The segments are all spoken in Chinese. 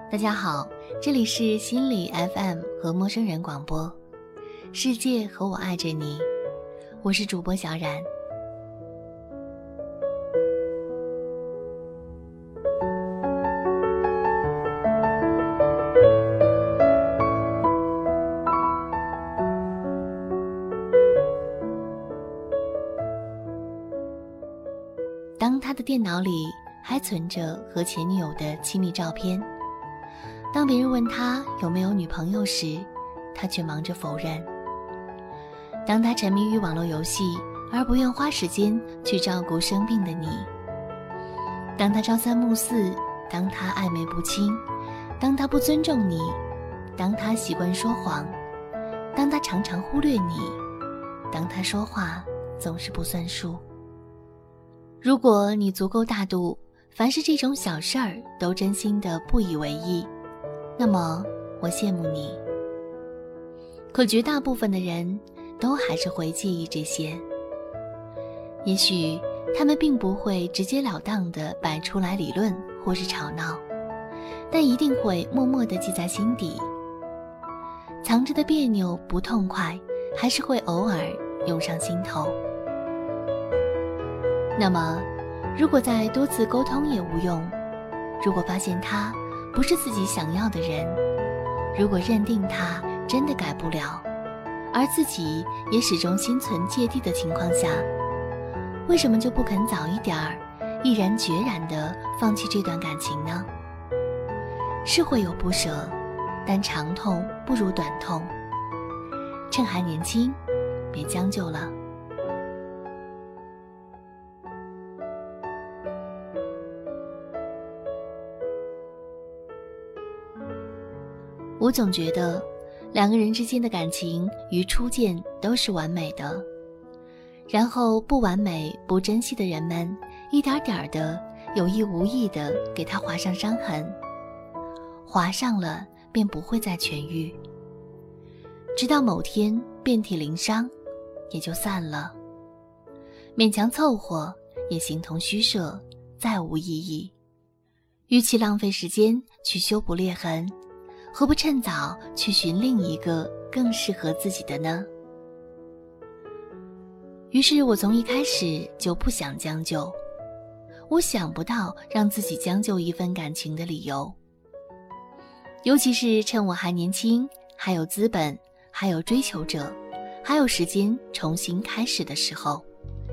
大家好，这里是心理 FM 和陌生人广播，世界和我爱着你，我是主播小冉。当他的电脑里还存着和前女友的亲密照片，当别人问他有没有女朋友时，他却忙着否认。当他沉迷于网络游戏而不愿花时间去照顾生病的你，当他朝三暮四，当他暧昧不清，当他不尊重你，当他习惯说谎，当他常常忽略你，当他说话总是不算数。如果你足够大度，凡是这种小事儿都真心的不以为意，那么我羡慕你。可绝大部分的人都还是会介意这些，也许他们并不会直截了当地摆出来理论或是吵闹，但一定会默默地记在心底。藏着的别扭不痛快还是会偶尔涌上心头。那么如果再多次沟通也无用，如果发现他不是自己想要的人，如果认定他真的改不了，而自己也始终心存芥蒂的情况下，为什么就不肯早一点儿毅然决然地放弃这段感情呢？是会有不舍，但长痛不如短痛，趁还年轻，别将就了。我总觉得两个人之间的感情于初见都是完美的，然后不完美不珍惜的人们一点点的有意无意的给他划上伤痕，划上了便不会再痊愈，直到某天遍体鳞伤也就散了，勉强凑合也形同虚设，再无意义。与其浪费时间去修补裂痕，何不趁早去寻另一个更适合自己的呢？于是我从一开始就不想将就，我想不到让自己将就一份感情的理由，尤其是趁我还年轻，还有资本，还有追求者，还有时间重新开始的时候。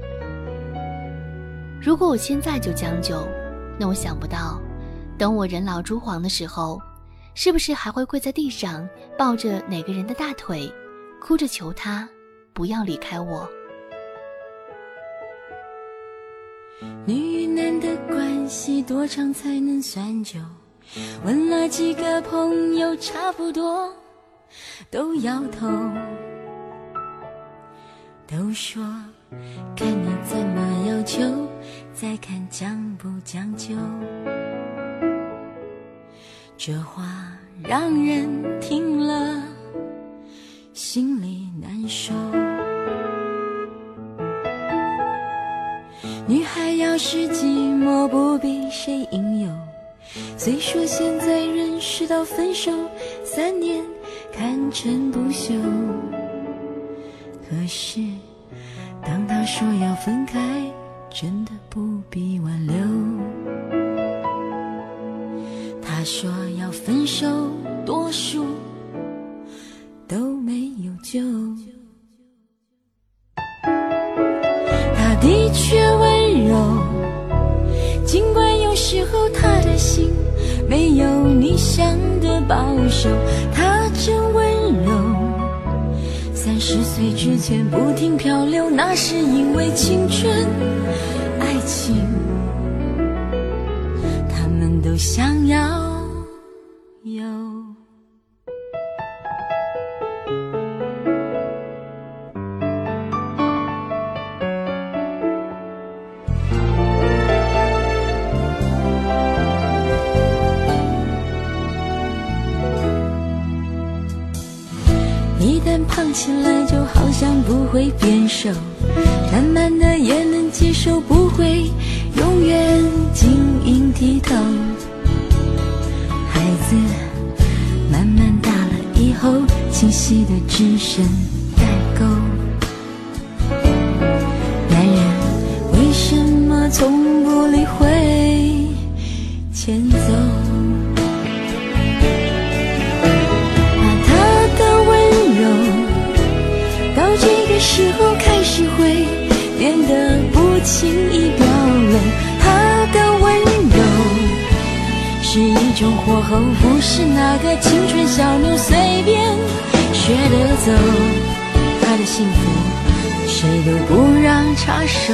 如果我现在就将就，那我想不到等我人老珠黄的时候，是不是还会跪在地上抱着哪个人的大腿，哭着求他不要离开我。 女与男的关系多长才能算久？问了几个朋友，差不多都摇头，都说看你怎么要求，再看将不将就。这话让人听了心里难受。女孩要是寂寞不必谁引诱，虽说现在认识到分手3年堪称不朽，可是当他说要分开，真的不必挽留。他说要分手，多数都没有救。他的确温柔，尽管有时候他的心没有你想的保守。他真温柔，30岁之前不停漂流，那是因为青春爱情他们都想要有。一旦胖起来，就好像不会变瘦，慢慢的也能接受，不会永远晶莹剔透。孩子清晰的只剩代沟。男人为什么从不理会前奏？把他的温柔到这个时候开始会变得不轻易表露。他的温柔是一种火候，不是那个青春小妞随便学得走。他的幸福谁都不让插手。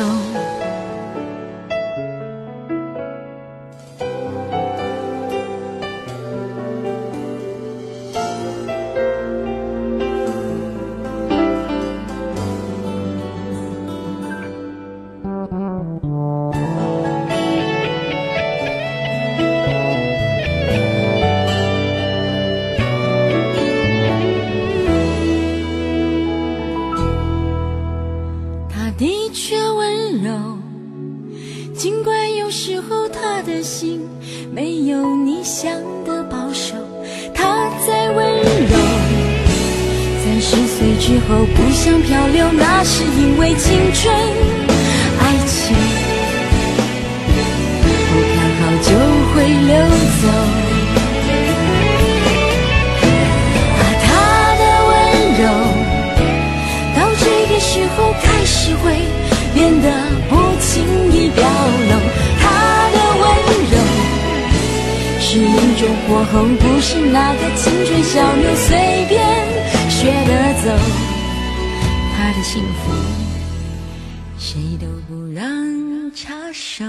的确温柔，尽管有时候他的心没有你想的保守。他再温柔，30岁之后不想漂流，那是因为青春爱情不看好就会溜走。他的温柔到这个时候开始会变得不轻易表露。他的温柔是一种火候，不是那个青春小妞随便学得走。他的幸福谁都不让插手。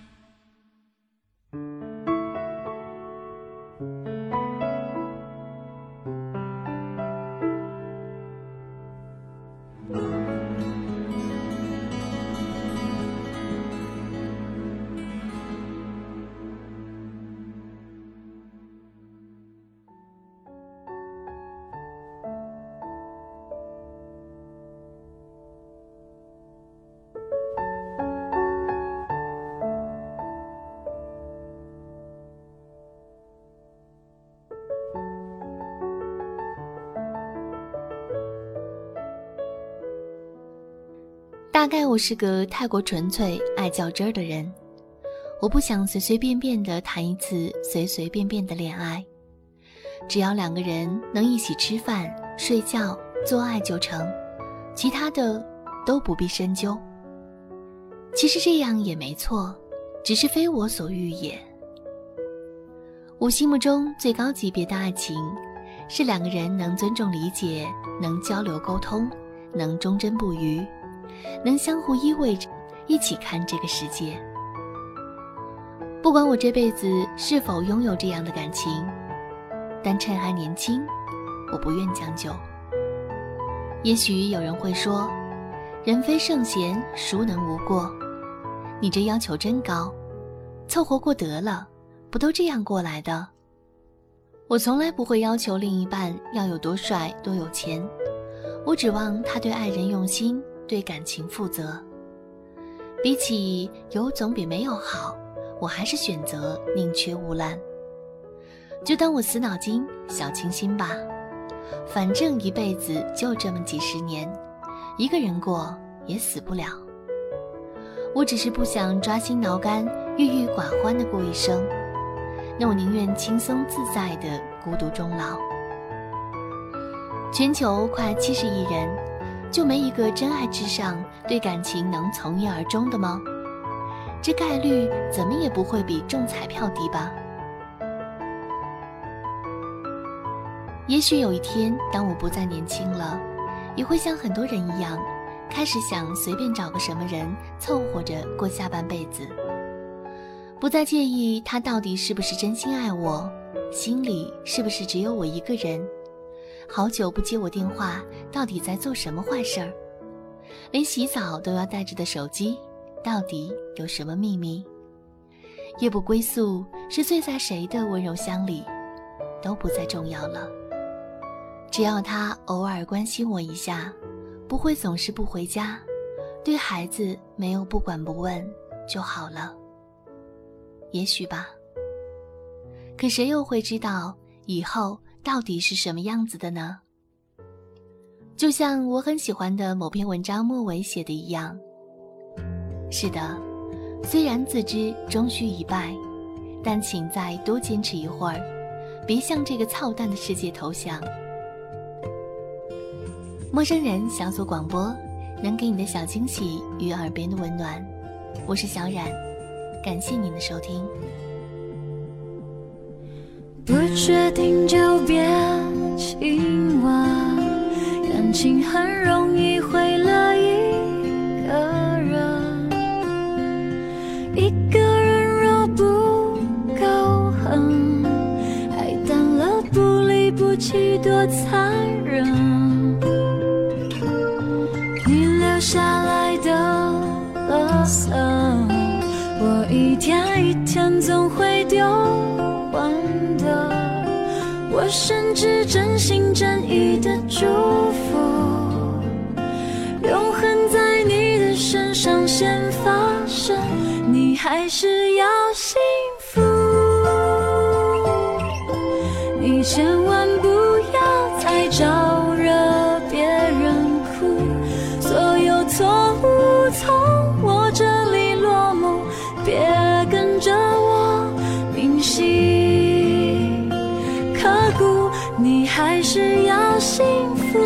大概我是个太过纯粹爱较真儿的人，我不想随随便便地谈一次随随便便的恋爱，只要2个人能一起吃饭、睡觉、做爱就成，其他的都不必深究。其实这样也没错，只是非我所欲也。我心目中最高级别的爱情，是2个人能尊重理解，能交流沟通，能忠贞不渝，能相互依偎着一起看这个世界。不管我这辈子是否拥有这样的感情，但趁还年轻，我不愿将就。也许有人会说，人非圣贤，孰能无过？你这要求真高，凑合过得了，不都这样过来的？我从来不会要求另一半要有多帅多有钱，我指望他对爱人用心，对感情负责。比起有总比没有好，我还是选择宁缺毋滥。就当我死脑筋小清新吧，反正一辈子就这么几十年，一个人过也死不了。我只是不想抓心挠肝、郁郁寡欢地过一生，那我宁愿轻松自在地孤独终老。全球快70亿人，就没一个真爱至上、对感情能从一而终的吗？这概率怎么也不会比中彩票低吧？也许有一天，当我不再年轻了，也会像很多人一样，开始想随便找个什么人凑合着过下半辈子，不再介意他到底是不是真心爱我，心里是不是只有我一个人，好久不接我电话，到底在做什么坏事儿？连洗澡都要带着的手机，到底有什么秘密？夜不归宿是醉在谁的温柔乡里，都不再重要了。只要他偶尔关心我一下，不会总是不回家，对孩子没有不管不问就好了。也许吧，可谁又会知道以后到底是什么样子的呢？ 就像我很喜欢的某篇文章末尾写的一样，是的，虽然自知终须一败，但请再多坚持一会儿，别向这个操蛋的世界投降。陌生人小组广播，能给你的小惊喜与耳边的温暖。我是小冉，感谢您的收听。 不确定就别亲吻，感情很容易毁了一个人。一个人若不够狠，爱淡了不离不弃多残忍。你留下来的垃圾，我一天一天总会丢完的。我甚至真心真意的祝福，永恒在你的身上先发生，你还是要幸福。你千万不要再招惹别人哭，所有错误从我这里落幕，别跟着我铭心刻骨，你还是要幸福，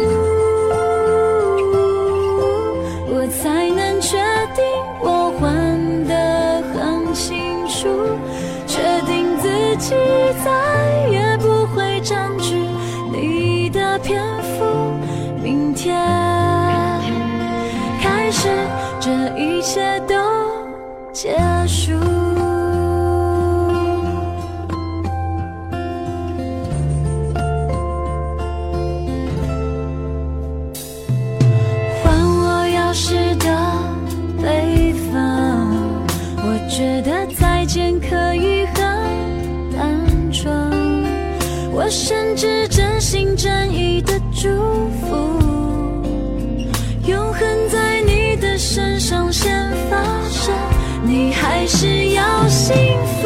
我才能确定我还得很清楚，确定自己再也不会占据你的篇幅。明天开始，这一切都结束。觉得再见可以很单纯，我甚至真心真意的祝福，永恒在你的身上先发生，你还是要幸福。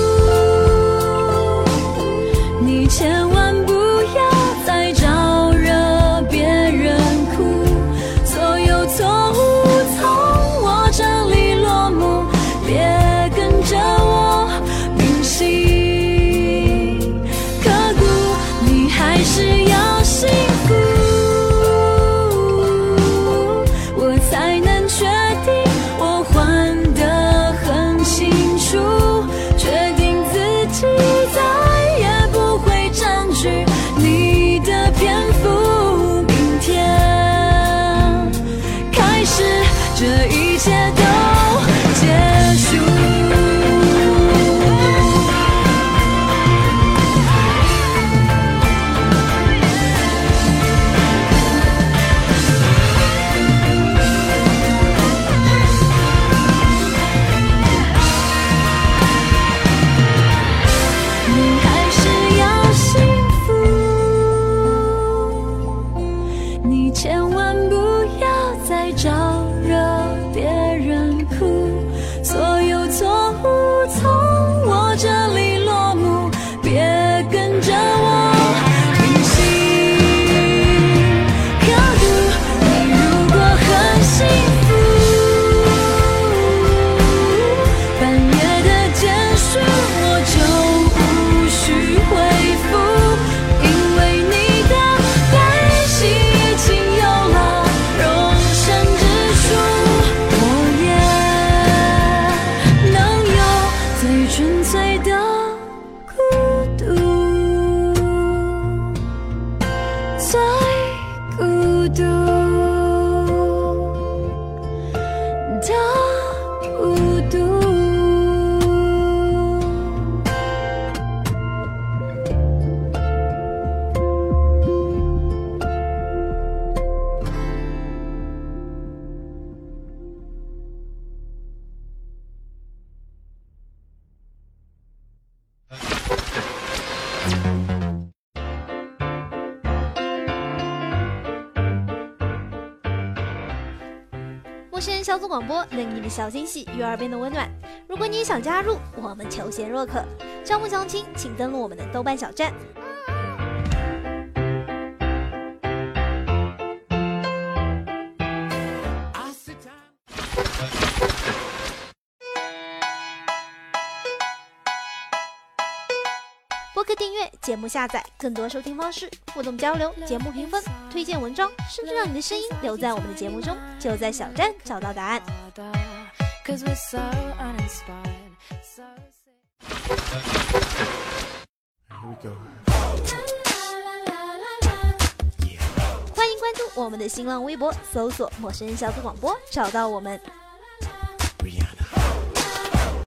你千万不要再招惹别人哭，所有错误从我这里落幕，别跟着我铭心刻骨，你还是要幸福，我才能确定我还得很清楚，确定自己再也不会占据你的篇幅。明天开始，这一切都结束。你还是要幸福，你千万不要再招惹别人哭，所有错误从我这里落幕，别跟着我铭心刻骨。你如果很幸福，半夜的简讯我就无需回复，因为你的关系已经有了容身之处，我也能有最纯粹的孤独，最孤独的孤独。 陌生人小组广播，能给你的小惊喜与耳边的温暖。如果你也想加入，我们求贤若渴。招募详情，请登录我们的豆瓣小站。 播客订阅、节目下载、更多收听方式、互动交流、节目评分、推荐文章，甚至让你的声音留在我们的节目中，就在小站找到答案。欢迎关注我们的新浪微博，搜索陌生人小组广播，找到我们。